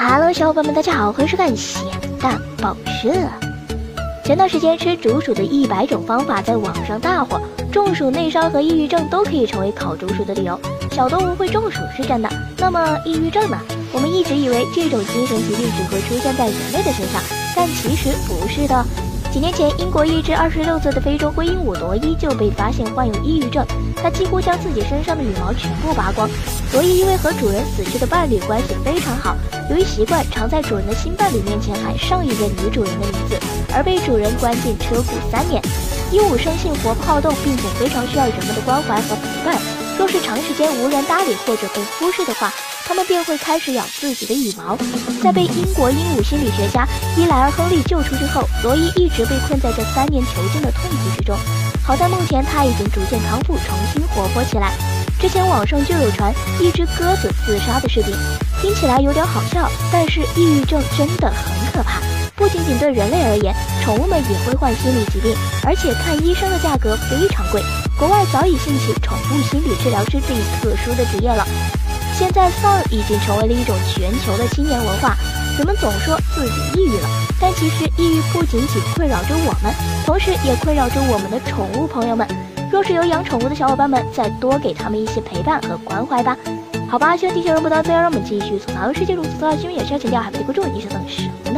Hello， 小伙伴们，大家好，欢迎收看咸蛋报社。前段时间吃竹鼠的100种方法在网上大火，中暑、内伤和抑郁症都可以成为烤竹鼠的理由。小动物会中暑是真的，那么抑郁症呢？我们一直以为这种精神疾病只会出现在人类的身上，但其实不是的。几年前，英国一只26岁的非洲灰鹦鹉罗伊就被发现患有抑郁症，它几乎将自己身上的羽毛全部拔光。罗伊因为和主人死去的伴侣关系非常好，由于习惯常在主人的新伴侣面前喊上一任女主人的名字，而被主人关进车库3年。鹦鹉生性活泼好动，并且非常需要人们的关怀和陪伴。若是长时间无人搭理或者被忽视的话，它们便会开始咬自己的羽毛。在被英国鹦鹉心理学家伊莱尔·亨利救出之后，罗伊一直被困在这3年囚禁的痛苦之中。好在目前他已经逐渐康复，重新活泼起来。之前网上就有传一只鸽子自杀的视频，听起来有点好笑，但是抑郁症真的很可怕。不仅仅对人类而言，宠物们也会患心理疾病，而且看医生的价格非常贵。国外早已兴起宠物心理治疗师这一特殊的职业了。现在丧已经成为了一种全球的青年文化，人们总说自己抑郁了，但其实抑郁不仅仅困扰着我们，同时也困扰着我们的宠物朋友们。若是有养宠物的小伙伴们，再多给他们一些陪伴和关怀吧。好吧，希望地球人不到，再让我们继续从讨论世界如此多的新闻也是要强调，还没关注以上等什么